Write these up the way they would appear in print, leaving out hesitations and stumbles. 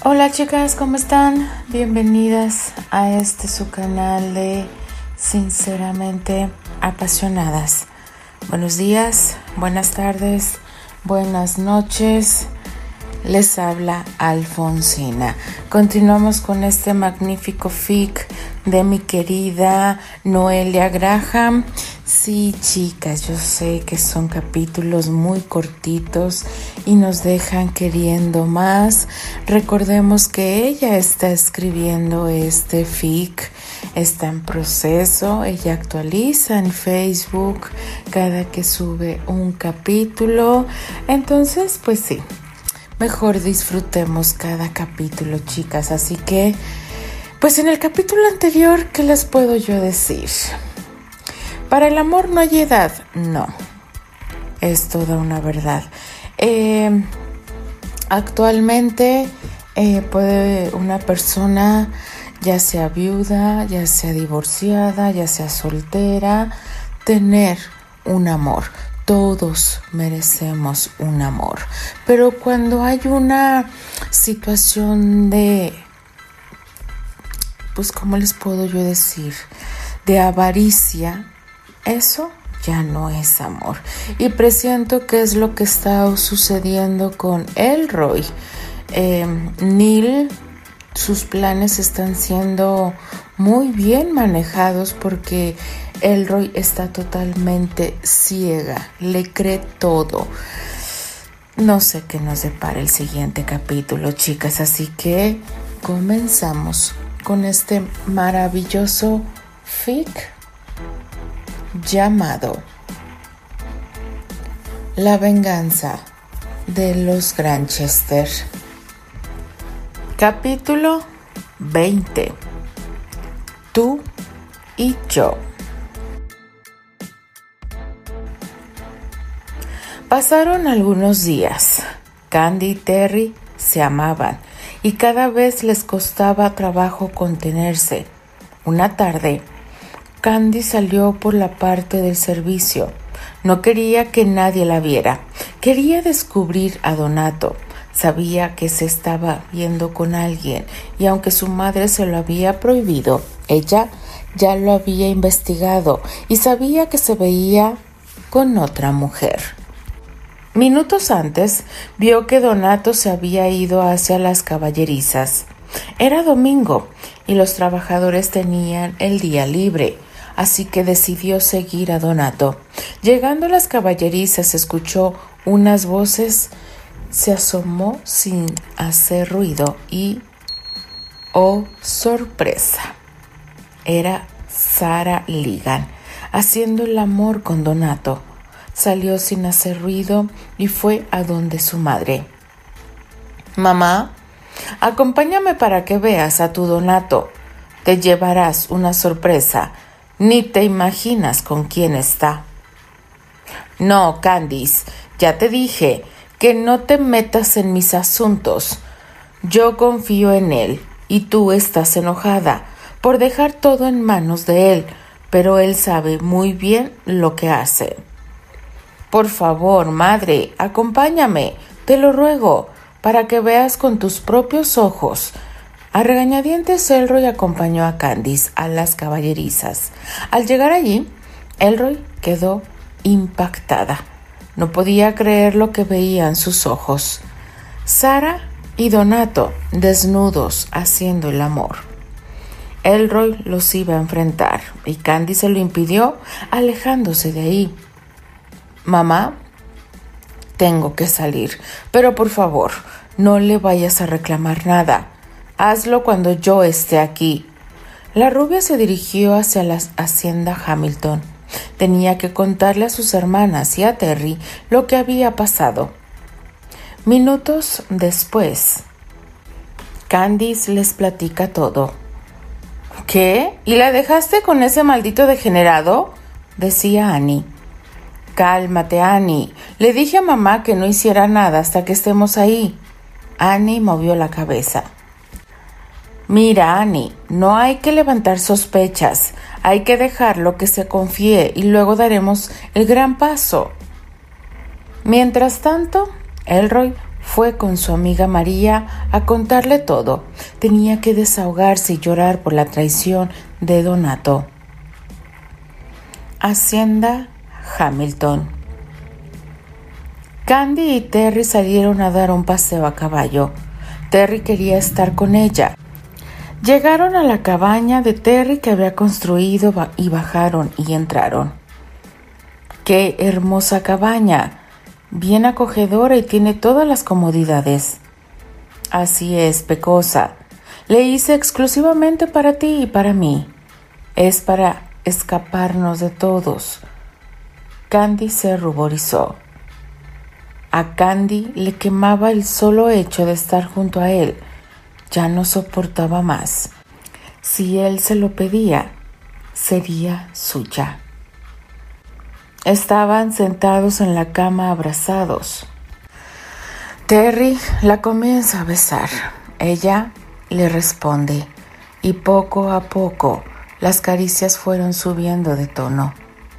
Hola chicas, ¿cómo están? Bienvenidas a su canal de Sinceramente Apasionadas. Buenos días, buenas tardes, buenas noches. Les habla Alfonsina. Continuamos con este magnífico fic de mi querida Noelia Graham. Sí, chicas, yo sé que son capítulos muy cortitos y nos dejan queriendo más. Recordemos que ella está escribiendo este fic, está en proceso, ella actualiza en Facebook cada que sube un capítulo. Entonces, pues sí, mejor disfrutemos cada capítulo, chicas. Así que, pues en el capítulo anterior, ¿qué les puedo yo decir? Para el amor no hay edad, no, es toda una verdad. Actualmente puede una persona, ya sea viuda, ya sea divorciada, ya sea soltera, tener un amor. Todos merecemos un amor, pero cuando hay una situación de, pues, ¿cómo les puedo yo decir? De avaricia, eso ya no es amor. Y presiento que es lo que está sucediendo con Elroy. Neil, sus planes están siendo muy bien manejados porque Elroy está totalmente ciega, le cree todo. No sé qué nos depara el siguiente capítulo, chicas, así que comenzamos con este maravilloso fic llamado La venganza de los Granchester. Capítulo 20. Tú y yo. Pasaron algunos días. Candy y Terry se amaban y cada vez les costaba trabajo contenerse. Una tarde, Candy salió por la parte del servicio. No quería que nadie la viera. Quería descubrir a Donato. Sabía que se estaba viendo con alguien y aunque su madre se lo había prohibido, ella ya lo había investigado y sabía que se veía con otra mujer. Minutos antes, vio que Donato se había ido hacia las caballerizas. Era domingo y los trabajadores tenían el día libre, así que decidió seguir a Donato. Llegando a las caballerizas, escuchó unas voces, se asomó sin hacer ruido y, ¡oh sorpresa!, era Sarah Ligan haciendo el amor con Donato. Salió sin hacer ruido y fue a donde su madre. «Mamá, acompáñame para que veas a tu Donato. Te llevarás una sorpresa. Ni te imaginas con quién está». «No, Candice, ya te dije que no te metas en mis asuntos. Yo confío en él y tú estás enojada por dejar todo en manos de él, pero él sabe muy bien lo que hace». «Por favor, madre, acompáñame, te lo ruego, para que veas con tus propios ojos». A regañadientes, Elroy acompañó a Candice a las caballerizas. Al llegar allí, Elroy quedó impactada. No podía creer lo que veían sus ojos. Sarah y Donato desnudos haciendo el amor. Elroy los iba a enfrentar y Candice se lo impidió, alejándose de ahí. «Mamá, tengo que salir, pero por favor, no le vayas a reclamar nada. Hazlo cuando yo esté aquí». La rubia se dirigió hacia la hacienda Hamilton. Tenía que contarle a sus hermanas y a Terry lo que había pasado. Minutos después, Candice les platica todo. «¿Qué? ¿Y la dejaste con ese maldito degenerado?», decía Annie. «Cálmate, Annie. Le dije a mamá que no hiciera nada hasta que estemos ahí». Annie movió la cabeza. «Mira, Annie, no hay que levantar sospechas. Hay que dejarlo que se confíe y luego daremos el gran paso». Mientras tanto, Elroy fue con su amiga María a contarle todo. Tenía que desahogarse y llorar por la traición de Donato. Hacienda Hamilton. Candy y Terry salieron a dar un paseo a caballo. Terry quería estar con ella. Llegaron a la cabaña de Terry que había construido y bajaron y entraron. ¡Qué hermosa cabaña! Bien acogedora y tiene todas las comodidades. Así es, Pecosa. Le hice exclusivamente para ti y para mí. Es para escaparnos de todos. Candy se ruborizó. A Candy le quemaba el solo hecho de estar junto a él. Ya no soportaba más. Si él se lo pedía, sería suya. Estaban sentados en la cama abrazados. Terry la comienza a besar. Ella le responde y poco a poco las caricias fueron subiendo de tono.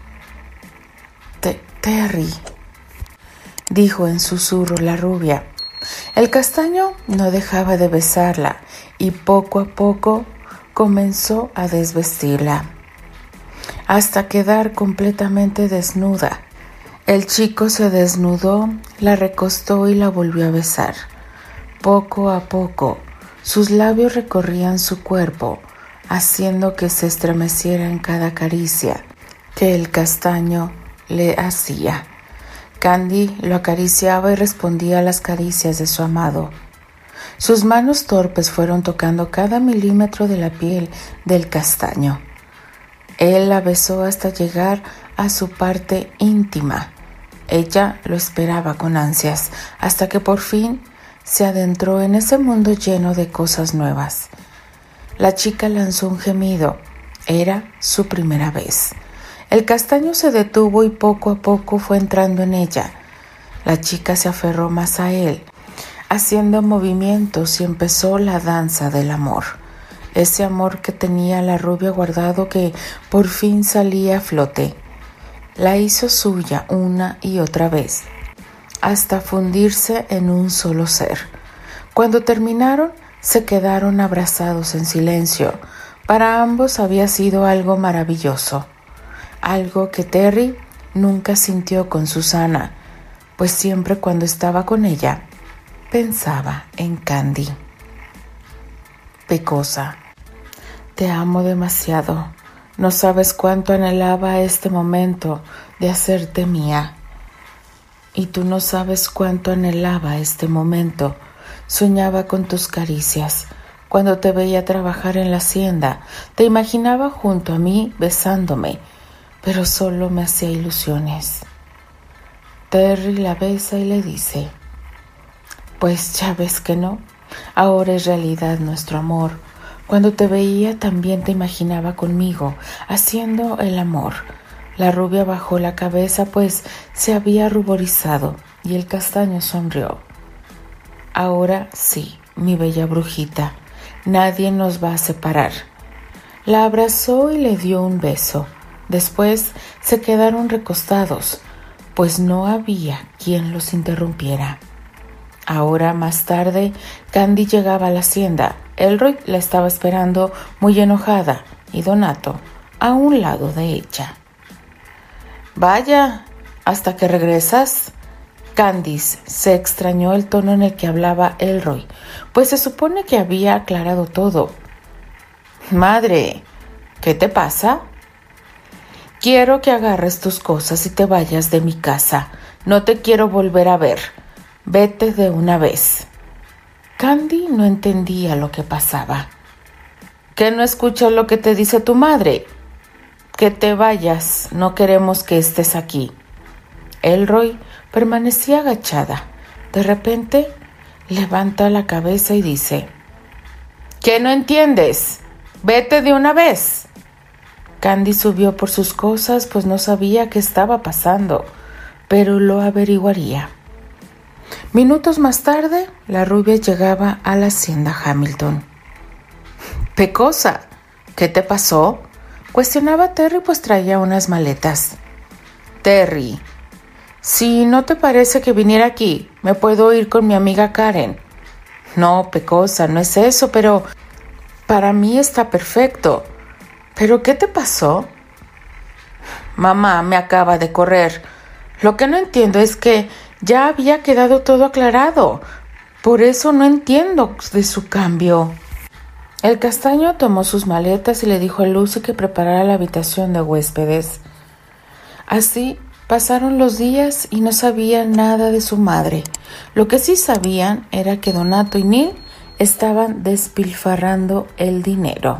Terry, dijo en susurro la rubia. El castaño no dejaba de besarla y poco a poco comenzó a desvestirla, hasta quedar completamente desnuda. El chico se desnudó, la recostó y la volvió a besar. Poco a poco, sus labios recorrían su cuerpo, haciendo que se estremeciera en cada caricia que el castaño le hacía. Candy lo acariciaba y respondía a las caricias de su amado. Sus manos torpes fueron tocando cada milímetro de la piel del castaño. Él la besó hasta llegar a su parte íntima. Ella lo esperaba con ansias, hasta que por fin se adentró en ese mundo lleno de cosas nuevas. La chica lanzó un gemido. Era su primera vez. El castaño se detuvo y poco a poco fue entrando en ella. La chica se aferró más a él, haciendo movimientos y empezó la danza del amor. Ese amor que tenía la rubia guardado que por fin salía a flote. La hizo suya una y otra vez, hasta fundirse en un solo ser. Cuando terminaron, se quedaron abrazados en silencio. Para ambos había sido algo maravilloso. Algo que Terry nunca sintió con Susana, pues siempre cuando estaba con ella, pensaba en Candy. Pecosa, te amo demasiado. No sabes cuánto anhelaba este momento de hacerte mía. Y tú no sabes cuánto anhelaba este momento. Soñaba con tus caricias. Cuando te veía trabajar en la hacienda, te imaginaba junto a mí besándome, pero solo me hacía ilusiones. Terry la besa y le dice: pues ya ves que no, ahora es realidad nuestro amor. Cuando te veía también te imaginaba conmigo, haciendo el amor. La rubia bajó la cabeza pues se había ruborizado y el castaño sonrió. Ahora sí, mi bella brujita, nadie nos va a separar. La abrazó y le dio un beso. Después se quedaron recostados, pues no había quien los interrumpiera. Ahora más tarde, Candy llegaba a la hacienda. Elroy la estaba esperando muy enojada y Donato a un lado de ella. Vaya, ¿hasta que regresas? Candice se extrañó el tono en el que hablaba Elroy, pues se supone que había aclarado todo. Madre, ¿qué te pasa? Quiero que agarres tus cosas y te vayas de mi casa. No te quiero volver a ver. Vete de una vez. Candy no entendía lo que pasaba. ¿Que no escuchas lo que te dice tu madre? Que te vayas, no queremos que estés aquí. Elroy permanecía agachada. De repente, levanta la cabeza y dice: ¿qué no entiendes? Vete de una vez. Candy subió por sus cosas, pues no sabía qué estaba pasando, pero lo averiguaría. Minutos más tarde, la rubia llegaba a la hacienda Hamilton. Pecosa, ¿qué te pasó? Cuestionaba Terry, pues traía unas maletas. Terry, Si no te parece que viniera aquí, me puedo ir con mi amiga Karen. No, Pecosa, no es eso, pero para mí está perfecto. ¿Pero qué te pasó? Mamá me acaba de correr. Lo que no entiendo es que ya había quedado todo aclarado. Por eso no entiendo de su cambio. El castaño tomó sus maletas y le dijo a Lucy que preparara la habitación de huéspedes. Así pasaron los días y no sabían nada de su madre. Lo que sí sabían era que Donato y Neil estaban despilfarrando el dinero.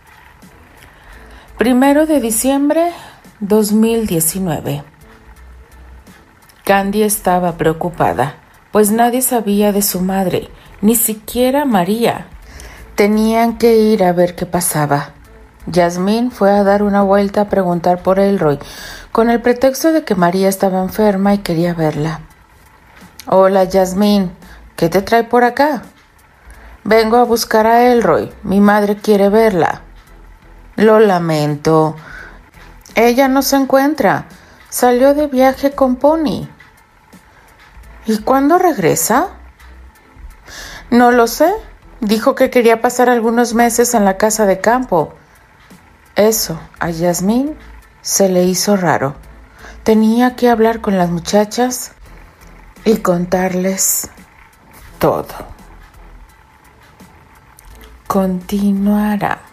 1 de diciembre 2019. Candy estaba preocupada, pues nadie sabía de su madre, ni siquiera María. Tenían que ir a ver qué pasaba. Yasmín fue a dar una vuelta a preguntar por Elroy, con el pretexto de que María estaba enferma y quería verla. Hola, Yasmín, ¿qué te trae por acá? Vengo a buscar a Elroy, mi madre quiere verla. Lo lamento. Ella no se encuentra. Salió de viaje con Pony. ¿Y cuándo regresa? No lo sé. Dijo que quería pasar algunos meses en la casa de campo. Eso a Yasmín se le hizo raro. Tenía que hablar con las muchachas y contarles todo. Continuará.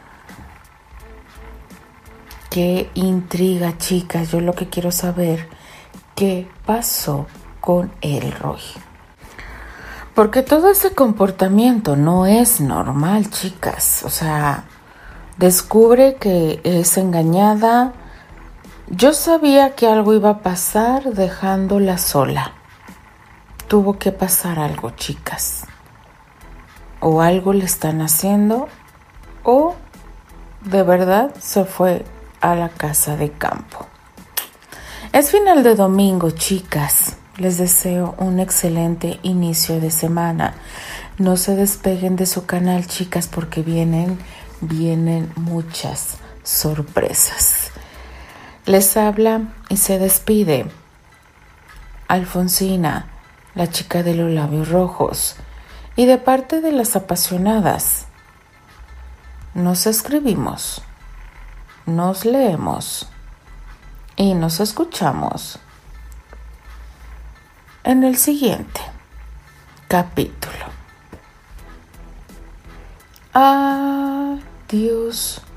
Qué intriga, chicas. Yo lo que quiero saber, ¿qué pasó con Elroy? Porque todo ese comportamiento no es normal, chicas. O sea, descubre que es engañada. Yo sabía que algo iba a pasar dejándola sola. Tuvo que pasar algo, chicas. O algo le están haciendo, o de verdad se fue a la casa de campo. Es final de domingo, chicas. Les deseo un excelente inicio de semana. No se despeguen de su canal, chicas, porque vienen muchas sorpresas. Les habla y se despide Alfonsina, la chica de los labios rojos, y de parte de las apasionadas. Nos escribimos, nos leemos y nos escuchamos en el siguiente capítulo. Adiós.